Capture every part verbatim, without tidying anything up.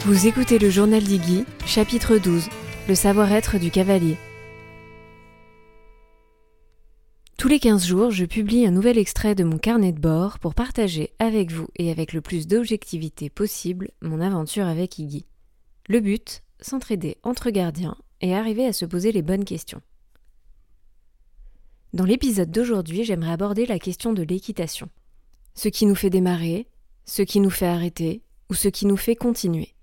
Vous écoutez le journal d'Iggy, chapitre douze, le savoir-être du cavalier. Tous les quinze jours, je publie un nouvel extrait de mon carnet de bord pour partager avec vous et avec le plus d'objectivité possible mon aventure avec Iggy. Le but, s'entraider entre gardiens et arriver à se poser les bonnes questions. Dans l'épisode d'aujourd'hui, j'aimerais aborder la question de l'équitation. Ce qui nous fait démarrer, ce qui nous fait arrêter ou ce qui nous fait continuer.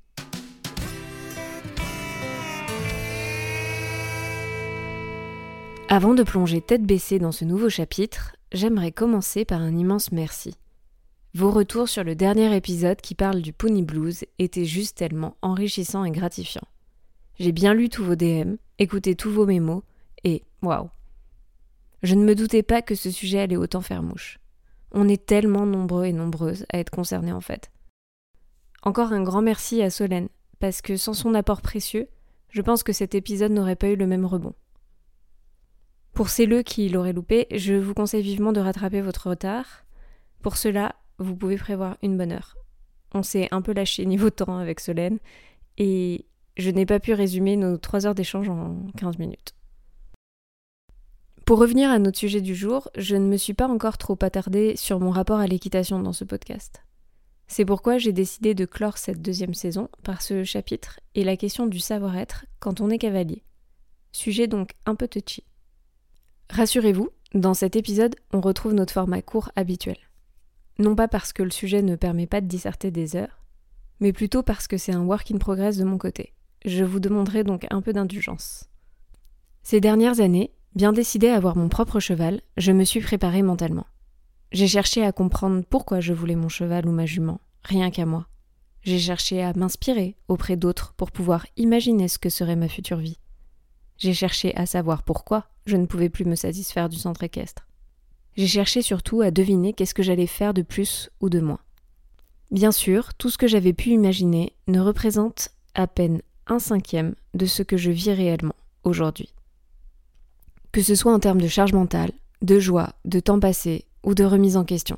Avant de plonger tête baissée dans ce nouveau chapitre, j'aimerais commencer par un immense merci. Vos retours sur le dernier épisode qui parle du Pony Blues étaient juste tellement enrichissants et gratifiants. J'ai bien lu tous vos D M, écouté tous vos mémos, et waouh! Je ne me doutais pas que ce sujet allait autant faire mouche. On est tellement nombreux et nombreuses à être concernés en fait. Encore un grand merci à Solène, parce que sans son apport précieux, je pense que cet épisode n'aurait pas eu le même rebond. Pour celles qui l'auraient loupé, je vous conseille vivement de rattraper votre retard. Pour cela, vous pouvez prévoir une bonne heure. On s'est un peu lâché niveau temps avec Solène et je n'ai pas pu résumer nos trois heures d'échange en quinze minutes. Pour revenir à notre sujet du jour, je ne me suis pas encore trop attardée sur mon rapport à l'équitation dans ce podcast. C'est pourquoi j'ai décidé de clore cette deuxième saison par ce chapitre et la question du savoir-être quand on est cavalier. Sujet donc un peu touchy. Rassurez-vous, dans cet épisode, on retrouve notre format court habituel. Non pas parce que le sujet ne permet pas de disserter des heures, mais plutôt parce que c'est un work in progress de mon côté. Je vous demanderai donc un peu d'indulgence. Ces dernières années, bien décidée à avoir mon propre cheval, je me suis préparée mentalement. J'ai cherché à comprendre pourquoi je voulais mon cheval ou ma jument, rien qu'à moi. J'ai cherché à m'inspirer auprès d'autres pour pouvoir imaginer ce que serait ma future vie. J'ai cherché à savoir pourquoi je ne pouvais plus me satisfaire du centre équestre. J'ai cherché surtout à deviner qu'est-ce que j'allais faire de plus ou de moins. Bien sûr, tout ce que j'avais pu imaginer ne représente à peine un cinquième de ce que je vis réellement aujourd'hui. Que ce soit en termes de charge mentale, de joie, de temps passé ou de remise en question.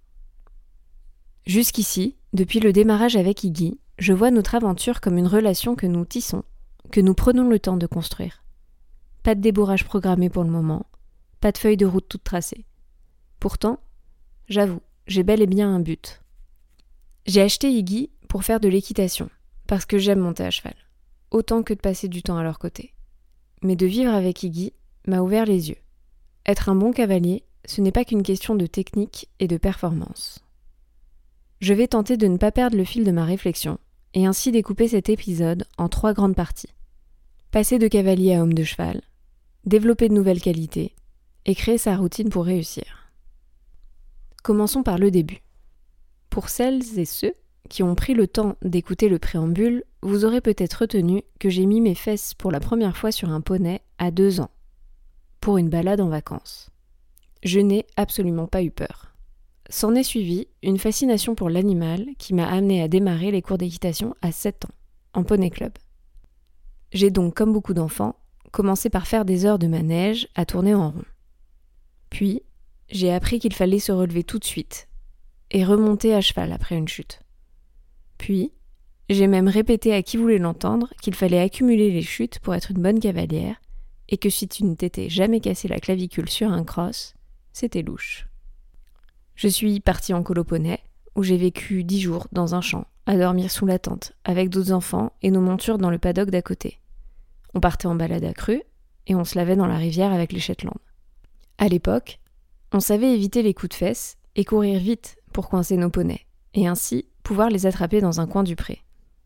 Jusqu'ici, depuis le démarrage avec Iggy, je vois notre aventure comme une relation que nous tissons, que nous prenons le temps de construire. Pas de débourrage programmé pour le moment, pas de feuille de route toute tracée. Pourtant, j'avoue, j'ai bel et bien un but. J'ai acheté Iggy pour faire de l'équitation, parce que j'aime monter à cheval, autant que de passer du temps à leur côté. Mais de vivre avec Iggy m'a ouvert les yeux. Être un bon cavalier, ce n'est pas qu'une question de technique et de performance. Je vais tenter de ne pas perdre le fil de ma réflexion, et ainsi découper cet épisode en trois grandes parties. Passer de cavalier à homme de cheval, développer de nouvelles qualités et créer sa routine pour réussir. Commençons par le début. Pour celles et ceux qui ont pris le temps d'écouter le préambule, vous aurez peut-être retenu que j'ai mis mes fesses pour la première fois sur un poney à deux ans, pour une balade en vacances. Je n'ai absolument pas eu peur. S'en est suivi une fascination pour l'animal qui m'a amené à démarrer les cours d'équitation à sept ans, en poney club. J'ai donc, comme beaucoup d'enfants, commencé par faire des heures de manège à tourner en rond. Puis, j'ai appris qu'il fallait se relever tout de suite et remonter à cheval après une chute. Puis, j'ai même répété à qui voulait l'entendre qu'il fallait accumuler les chutes pour être une bonne cavalière et que si tu ne t'étais jamais cassé la clavicule sur un cross, c'était louche. Je suis partie en colo poney, où j'ai vécu dix jours dans un champ, à dormir sous la tente, avec d'autres enfants et nos montures dans le paddock d'à côté. On partait en balade à crue, et on se lavait dans la rivière avec les Shetland. À l'époque, on savait éviter les coups de fesses et courir vite pour coincer nos poneys, et ainsi pouvoir les attraper dans un coin du pré.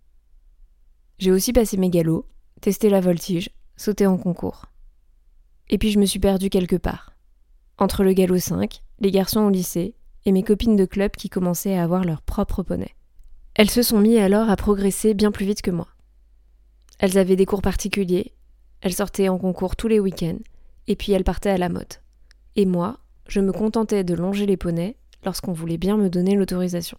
J'ai aussi passé mes galops, testé la voltige, sauté en concours. Et puis je me suis perdue quelque part. Entre le galop cinq, les garçons au lycée, et mes copines de club qui commençaient à avoir leur propre poney. Elles se sont mises alors à progresser bien plus vite que moi. Elles avaient des cours particuliers, elles sortaient en concours tous les week-ends, et puis elles partaient à la mode. Et moi, je me contentais de longer les poneys lorsqu'on voulait bien me donner l'autorisation.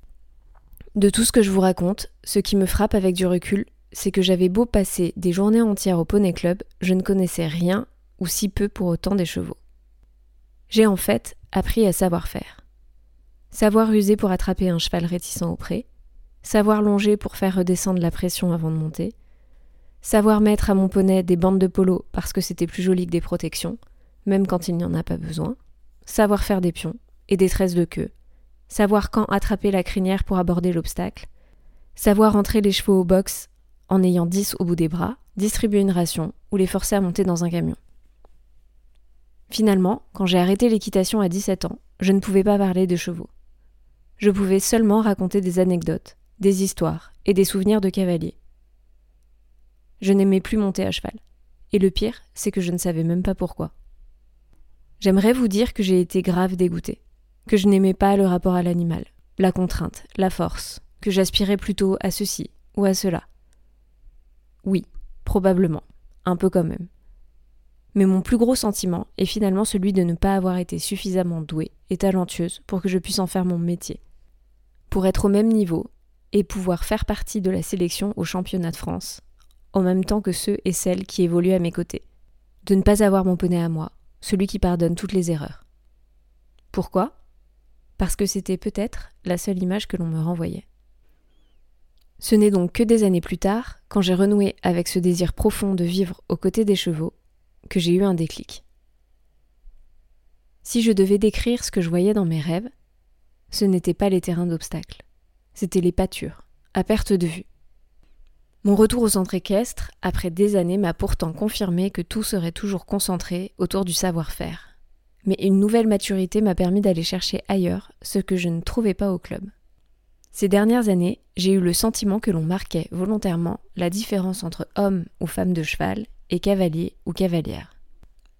De tout ce que je vous raconte, ce qui me frappe avec du recul, c'est que j'avais beau passer des journées entières au poney club, je ne connaissais rien ou si peu pour autant des chevaux. J'ai en fait appris à savoir faire. Savoir user pour attraper un cheval réticent au pré, savoir longer pour faire redescendre la pression avant de monter, savoir mettre à mon poney des bandes de polo parce que c'était plus joli que des protections, même quand il n'y en a pas besoin, savoir faire des pions et des tresses de queue, savoir quand attraper la crinière pour aborder l'obstacle, savoir entrer les chevaux au box en ayant dix au bout des bras, distribuer une ration ou les forcer à monter dans un camion. Finalement, quand j'ai arrêté l'équitation à dix-sept ans, je ne pouvais pas parler de chevaux. Je pouvais seulement raconter des anecdotes, des histoires et des souvenirs de cavaliers. Je n'aimais plus monter à cheval. Et le pire, c'est que je ne savais même pas pourquoi. J'aimerais vous dire que j'ai été grave dégoûtée, que je n'aimais pas le rapport à l'animal, la contrainte, la force, que j'aspirais plutôt à ceci ou à cela. Oui, probablement, un peu quand même. Mais mon plus gros sentiment est finalement celui de ne pas avoir été suffisamment douée et talentueuse pour que je puisse en faire mon métier. Pour être au même niveau et pouvoir faire partie de la sélection au championnat de France, en même temps que ceux et celles qui évoluent à mes côtés. De ne pas avoir mon poney à moi, celui qui pardonne toutes les erreurs. Pourquoi ? Parce que c'était peut-être la seule image que l'on me renvoyait. Ce n'est donc que des années plus tard, quand j'ai renoué avec ce désir profond de vivre aux côtés des chevaux, que j'ai eu un déclic. Si je devais décrire ce que je voyais dans mes rêves, ce n'étaient pas les terrains d'obstacles, c'étaient les pâtures, à perte de vue. Mon retour au centre équestre, après des années, m'a pourtant confirmé que tout serait toujours concentré autour du savoir-faire. Mais une nouvelle maturité m'a permis d'aller chercher ailleurs ce que je ne trouvais pas au club. Ces dernières années, j'ai eu le sentiment que l'on marquait volontairement la différence entre homme ou femme de cheval et cavalier ou cavalière. Pourquoi ?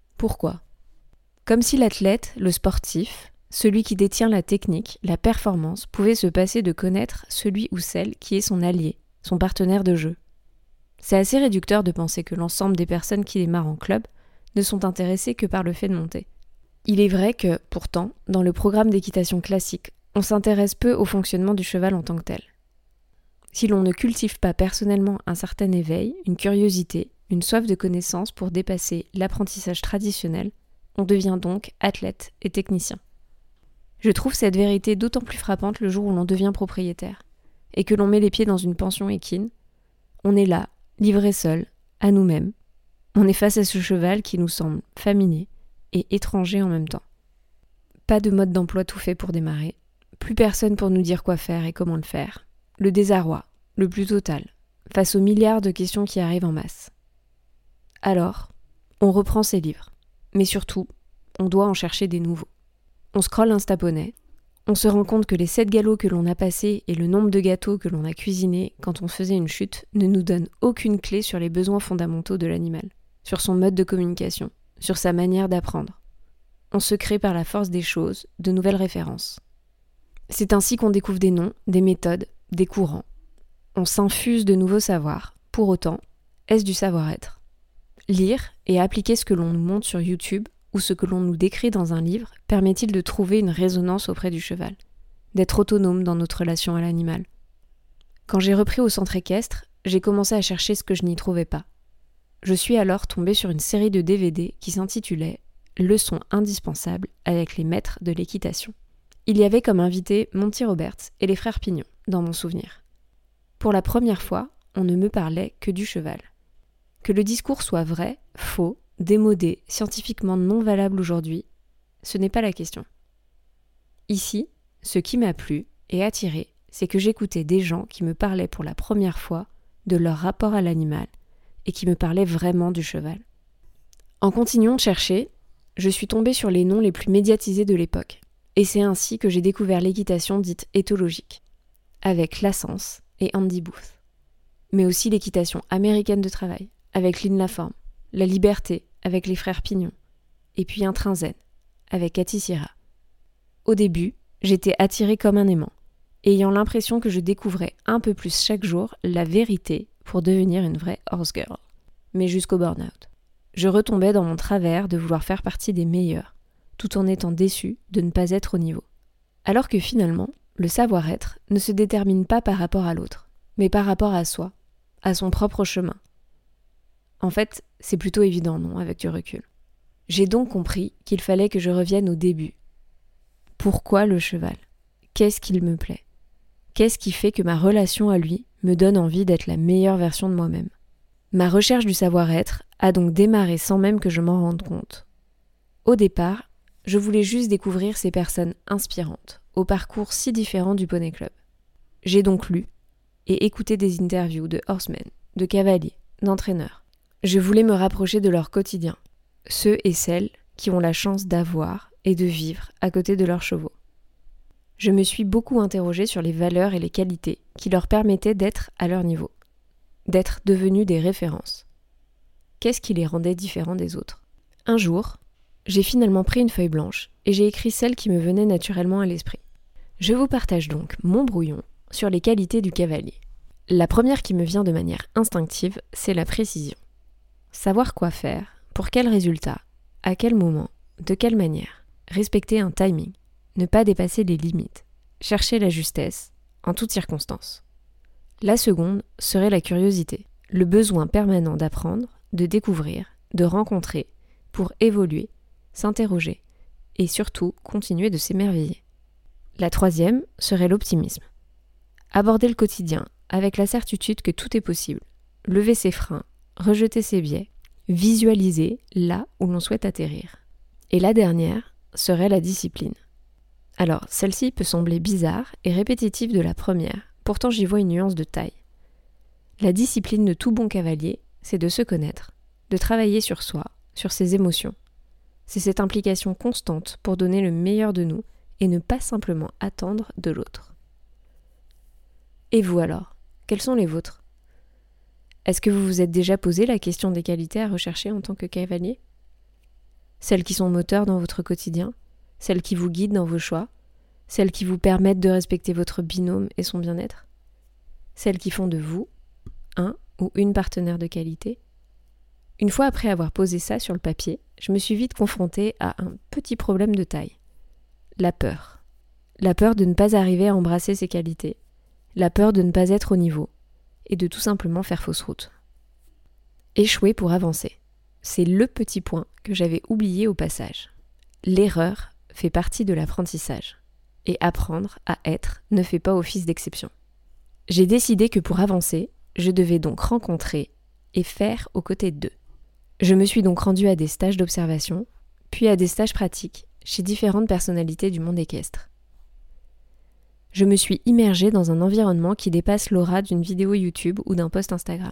Comme si l'athlète, le sportif, celui qui détient la technique, la performance, pouvait se passer de connaître celui ou celle qui est son allié, son partenaire de jeu. C'est assez réducteur de penser que l'ensemble des personnes qui démarrent en club ne sont intéressées que par le fait de monter. Il est vrai que, pourtant, dans le programme d'équitation classique, on s'intéresse peu au fonctionnement du cheval en tant que tel. Si l'on ne cultive pas personnellement un certain éveil, une curiosité, une soif de connaissance pour dépasser l'apprentissage traditionnel, on devient donc athlète et technicien. Je trouve cette vérité d'autant plus frappante le jour où l'on devient propriétaire, et que l'on met les pieds dans une pension équine. On est là, livré seul, à nous-mêmes. On est face à ce cheval qui nous semble familier et étranger en même temps. Pas de mode d'emploi tout fait pour démarrer, plus personne pour nous dire quoi faire et comment le faire. Le désarroi, le plus total, face aux milliards de questions qui arrivent en masse. Alors, on reprend ses livres, mais surtout, on doit en chercher des nouveaux. On scrolle Instaponey, on se rend compte que les sept galops que l'on a passés et le nombre de gâteaux que l'on a cuisinés quand on faisait une chute ne nous donnent aucune clé sur les besoins fondamentaux de l'animal, sur son mode de communication, sur sa manière d'apprendre. On se crée par la force des choses de nouvelles références. C'est ainsi qu'on découvre des noms, des méthodes, des courants. On s'infuse de nouveaux savoirs. Pour autant, est-ce du savoir-être ? Lire et appliquer ce que l'on nous montre sur YouTube ou ce que l'on nous décrit dans un livre permet-il de trouver une résonance auprès du cheval, d'être autonome dans notre relation à l'animal ? Quand j'ai repris au centre équestre, j'ai commencé à chercher ce que je n'y trouvais pas. Je suis alors tombée sur une série de D V D qui s'intitulait « Leçons indispensables avec les maîtres de l'équitation ». Il y avait comme invités Monty Roberts et les frères Pignon, dans mon souvenir. Pour la première fois, on ne me parlait que du cheval. Que le discours soit vrai, faux, démodé, scientifiquement non valable aujourd'hui, ce n'est pas la question. Ici, ce qui m'a plu et attiré, c'est que j'écoutais des gens qui me parlaient pour la première fois de leur rapport à l'animal et qui me parlaient vraiment du cheval. En continuant de chercher, je suis tombée sur les noms les plus médiatisés de l'époque, et c'est ainsi que j'ai découvert l'équitation dite éthologique, avec Lassens et Andy Booth, mais aussi l'équitation américaine de travail, avec Lynn Laforme, la liberté, avec les frères Pignon, et puis un train zen, avec Cathy Sierra. Au début, j'étais attirée comme un aimant, ayant l'impression que je découvrais un peu plus chaque jour la vérité pour devenir une vraie horse girl, mais jusqu'au burn-out. Je retombais dans mon travers de vouloir faire partie des meilleurs, tout en étant déçue de ne pas être au niveau. Alors que finalement, le savoir-être ne se détermine pas par rapport à l'autre, mais par rapport à soi, à son propre chemin. En fait, c'est plutôt évident, non, avec du recul. J'ai donc compris qu'il fallait que je revienne au début. Pourquoi le cheval ? Qu'est-ce qu'il me plaît ? Qu'est-ce qui fait que ma relation à lui me donne envie d'être la meilleure version de moi-même ? Ma recherche du savoir-être a donc démarré sans même que je m'en rende compte. Au départ, je voulais juste découvrir ces personnes inspirantes, au parcours si différent du Poney Club. J'ai donc lu et écouté des interviews de horsemen, de cavaliers, d'entraîneurs. Je voulais me rapprocher de leur quotidien, ceux et celles qui ont la chance d'avoir et de vivre à côté de leurs chevaux. Je me suis beaucoup interrogée sur les valeurs et les qualités qui leur permettaient d'être à leur niveau, d'être devenus des références. Qu'est-ce qui les rendait différents des autres ? Un jour, j'ai finalement pris une feuille blanche et j'ai écrit celles qui me venaient naturellement à l'esprit. Je vous partage donc mon brouillon sur les qualités du cavalier. La première qui me vient de manière instinctive, c'est la précision. Savoir quoi faire, pour quel résultat, à quel moment, de quelle manière, respecter un timing, ne pas dépasser les limites, chercher la justesse, en toutes circonstances. La seconde serait la curiosité, le besoin permanent d'apprendre, de découvrir, de rencontrer, pour évoluer, s'interroger et surtout continuer de s'émerveiller. La troisième serait l'optimisme. Aborder le quotidien avec la certitude que tout est possible, lever ses freins, rejeter ses biais, visualiser là où l'on souhaite atterrir. Et la dernière serait la discipline. Alors, celle-ci peut sembler bizarre et répétitive de la première, pourtant j'y vois une nuance de taille. La discipline de tout bon cavalier, c'est de se connaître, de travailler sur soi, sur ses émotions. C'est cette implication constante pour donner le meilleur de nous et ne pas simplement attendre de l'autre. Et vous alors, quelles sont les vôtres ? Est-ce que vous vous êtes déjà posé la question des qualités à rechercher en tant que cavalier ? Celles qui sont moteurs dans votre quotidien ? Celles qui vous guident dans vos choix, celles qui vous permettent de respecter votre binôme et son bien-être, celles qui font de vous un ou une partenaire de qualité. Une fois après avoir posé ça sur le papier, je me suis vite confrontée à un petit problème de taille. La peur. La peur de ne pas arriver à embrasser ses qualités, la peur de ne pas être au niveau, et de tout simplement faire fausse route. Échouer pour avancer. C'est le petit point que j'avais oublié au passage. L'erreur fait partie de l'apprentissage. Et apprendre à être ne fait pas office d'exception. J'ai décidé que pour avancer, je devais donc rencontrer et faire aux côtés d'eux. Je me suis donc rendue à des stages d'observation, puis à des stages pratiques chez différentes personnalités du monde équestre. Je me suis immergée dans un environnement qui dépasse l'aura d'une vidéo YouTube ou d'un post Instagram.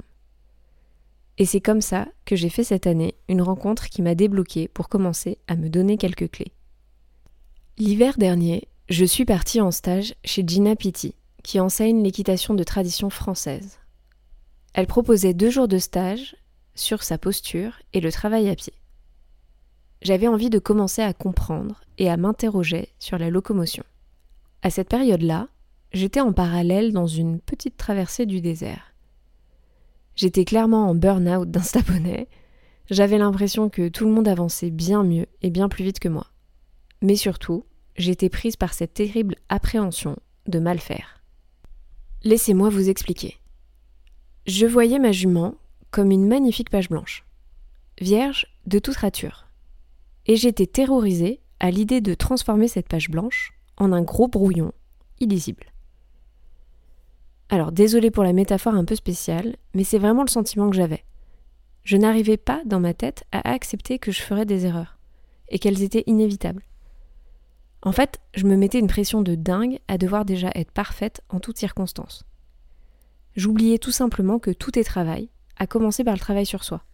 Et c'est comme ça que j'ai fait cette année une rencontre qui m'a débloquée pour commencer à me donner quelques clés. L'hiver dernier, je suis partie en stage chez Gina Pitti, qui enseigne l'équitation de tradition française. Elle proposait deux jours de stage sur sa posture et le travail à pied. J'avais envie de commencer à comprendre et à m'interroger sur la locomotion. À cette période-là, j'étais en parallèle dans une petite traversée du désert. J'étais clairement en burn-out d'instaponais. J'avais l'impression que tout le monde avançait bien mieux et bien plus vite que moi. Mais surtout, j'étais prise par cette terrible appréhension de mal faire. Laissez-moi vous expliquer. Je voyais ma jument comme une magnifique page blanche, vierge de toute rature. Et j'étais terrorisée à l'idée de transformer cette page blanche en un gros brouillon illisible. Alors, désolée pour la métaphore un peu spéciale, mais c'est vraiment le sentiment que j'avais. Je n'arrivais pas dans ma tête à accepter que je ferais des erreurs, et qu'elles étaient inévitables. En fait, je me mettais une pression de dingue à devoir déjà être parfaite en toutes circonstances. J'oubliais tout simplement que tout est travail, à commencer par le travail sur soi.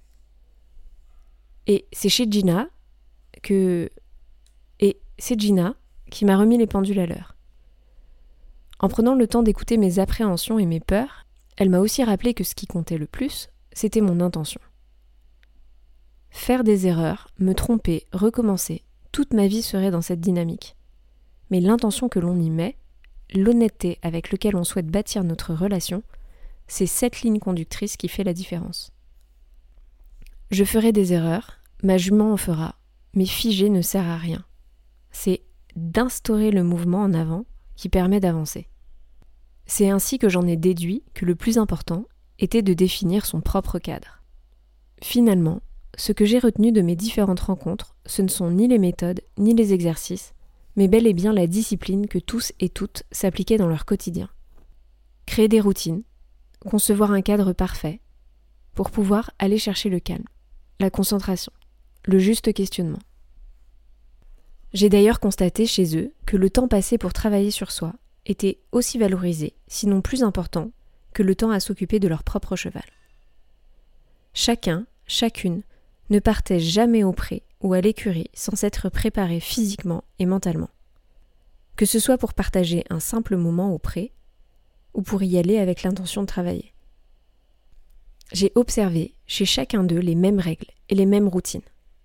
Et c'est chez Gina que... Et c'est Gina qui m'a remis les pendules à l'heure. En prenant le temps d'écouter mes appréhensions et mes peurs, elle m'a aussi rappelé que ce qui comptait le plus, c'était mon intention. Faire des erreurs, me tromper, recommencer, toute ma vie serait dans cette dynamique. Mais l'intention que l'on y met, l'honnêteté avec laquelle on souhaite bâtir notre relation, c'est cette ligne conductrice qui fait la différence. Je ferai des erreurs, ma jument en fera, mais figer ne sert à rien. C'est d'instaurer le mouvement en avant qui permet d'avancer. C'est ainsi que j'en ai déduit que le plus important était de définir son propre cadre. Finalement, ce que j'ai retenu de mes différentes rencontres, ce ne sont ni les méthodes, ni les exercices, mais bel et bien la discipline que tous et toutes s'appliquaient dans leur quotidien. Créer des routines, concevoir un cadre parfait, pour pouvoir aller chercher le calme, la concentration, le juste questionnement. J'ai d'ailleurs constaté chez eux que le temps passé pour travailler sur soi était aussi valorisé, sinon plus important, que le temps à s'occuper de leur propre cheval. Chacun, chacune, ne partait jamais au pré ou à l'écurie sans s'être préparé physiquement et mentalement. Que ce soit pour partager un simple moment au pré, ou pour y aller avec l'intention de travailler. J'ai observé chez chacun d'eux les mêmes règles et les mêmes routines.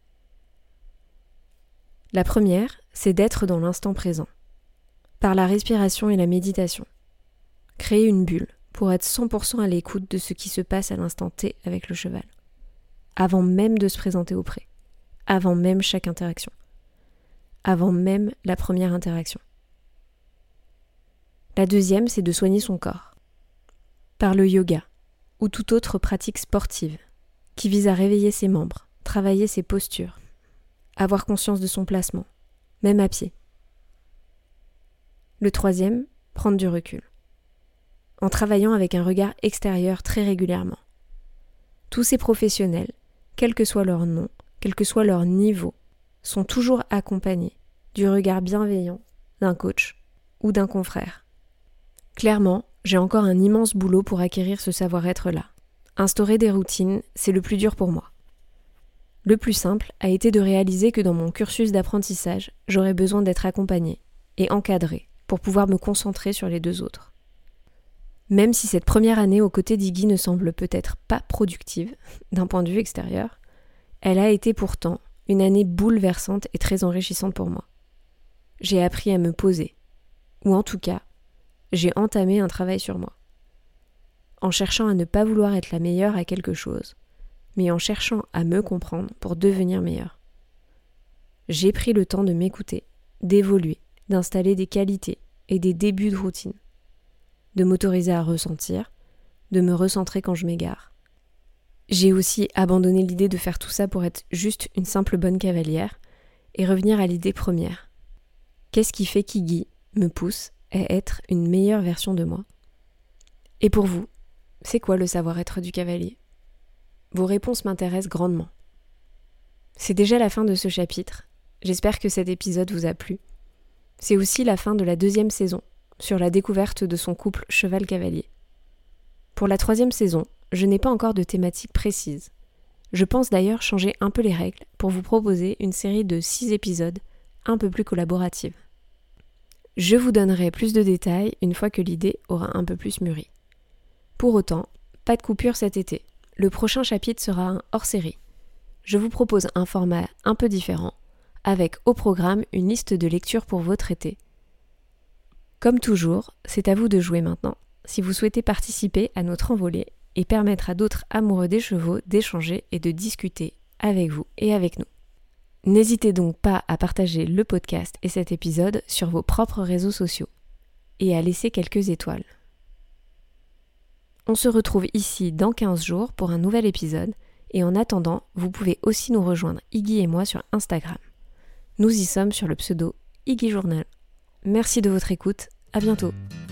La première, c'est d'être dans l'instant présent, par la respiration et la méditation. Créer une bulle pour être cent pour cent à l'écoute de ce qui se passe à l'instant T avec le cheval, avant même de se présenter au pré, avant même chaque interaction, avant même la première interaction. La deuxième, c'est de soigner son corps, par le yoga ou toute autre pratique sportive qui vise à réveiller ses membres, travailler ses postures, avoir conscience de son placement, même à pied. Le troisième, prendre du recul, en travaillant avec un regard extérieur très régulièrement. Tous ces professionnels, quel que soit leur nom, quel que soit leur niveau, sont toujours accompagnés du regard bienveillant d'un coach ou d'un confrère. Clairement, j'ai encore un immense boulot pour acquérir ce savoir-être-là. Instaurer des routines, c'est le plus dur pour moi. Le plus simple a été de réaliser que dans mon cursus d'apprentissage, j'aurais besoin d'être accompagnée et encadrée pour pouvoir me concentrer sur les deux autres. Même si cette première année aux côtés d'Iggy ne semble peut-être pas productive d'un point de vue extérieur, elle a été pourtant une année bouleversante et très enrichissante pour moi. J'ai appris à me poser, ou en tout cas, j'ai entamé un travail sur moi. En cherchant à ne pas vouloir être la meilleure à quelque chose, mais en cherchant à me comprendre pour devenir meilleure. J'ai pris le temps de m'écouter, d'évoluer, d'installer des qualités et des débuts de routine, de m'autoriser à ressentir, de me recentrer quand je m'égare. J'ai aussi abandonné l'idée de faire tout ça pour être juste une simple bonne cavalière et revenir à l'idée première. Qu'est-ce qui fait qu'Iggy me pousse à être une meilleure version de moi? Et pour vous, c'est quoi le savoir-être du cavalier? Vos réponses m'intéressent grandement. C'est déjà la fin de ce chapitre. J'espère que cet épisode vous a plu. C'est aussi la fin de la deuxième saison, sur la découverte de son couple cheval-cavalier. Pour la troisième saison, je n'ai pas encore de thématique précise. Je pense d'ailleurs changer un peu les règles pour vous proposer une série de six épisodes un peu plus collaborative. Je vous donnerai plus de détails une fois que l'idée aura un peu plus mûri. Pour autant, pas de coupure cet été. Le prochain chapitre sera un hors-série. Je vous propose un format un peu différent, avec au programme une liste de lectures pour votre été. Comme toujours, c'est à vous de jouer maintenant, si vous souhaitez participer à notre envolée et permettre à d'autres amoureux des chevaux d'échanger et de discuter avec vous et avec nous. N'hésitez donc pas à partager le podcast et cet épisode sur vos propres réseaux sociaux et à laisser quelques étoiles. On se retrouve ici dans quinze jours pour un nouvel épisode et en attendant, vous pouvez aussi nous rejoindre Iggy et moi sur Instagram. Nous y sommes sur le pseudo Iggy Journal. Merci de votre écoute, à bientôt.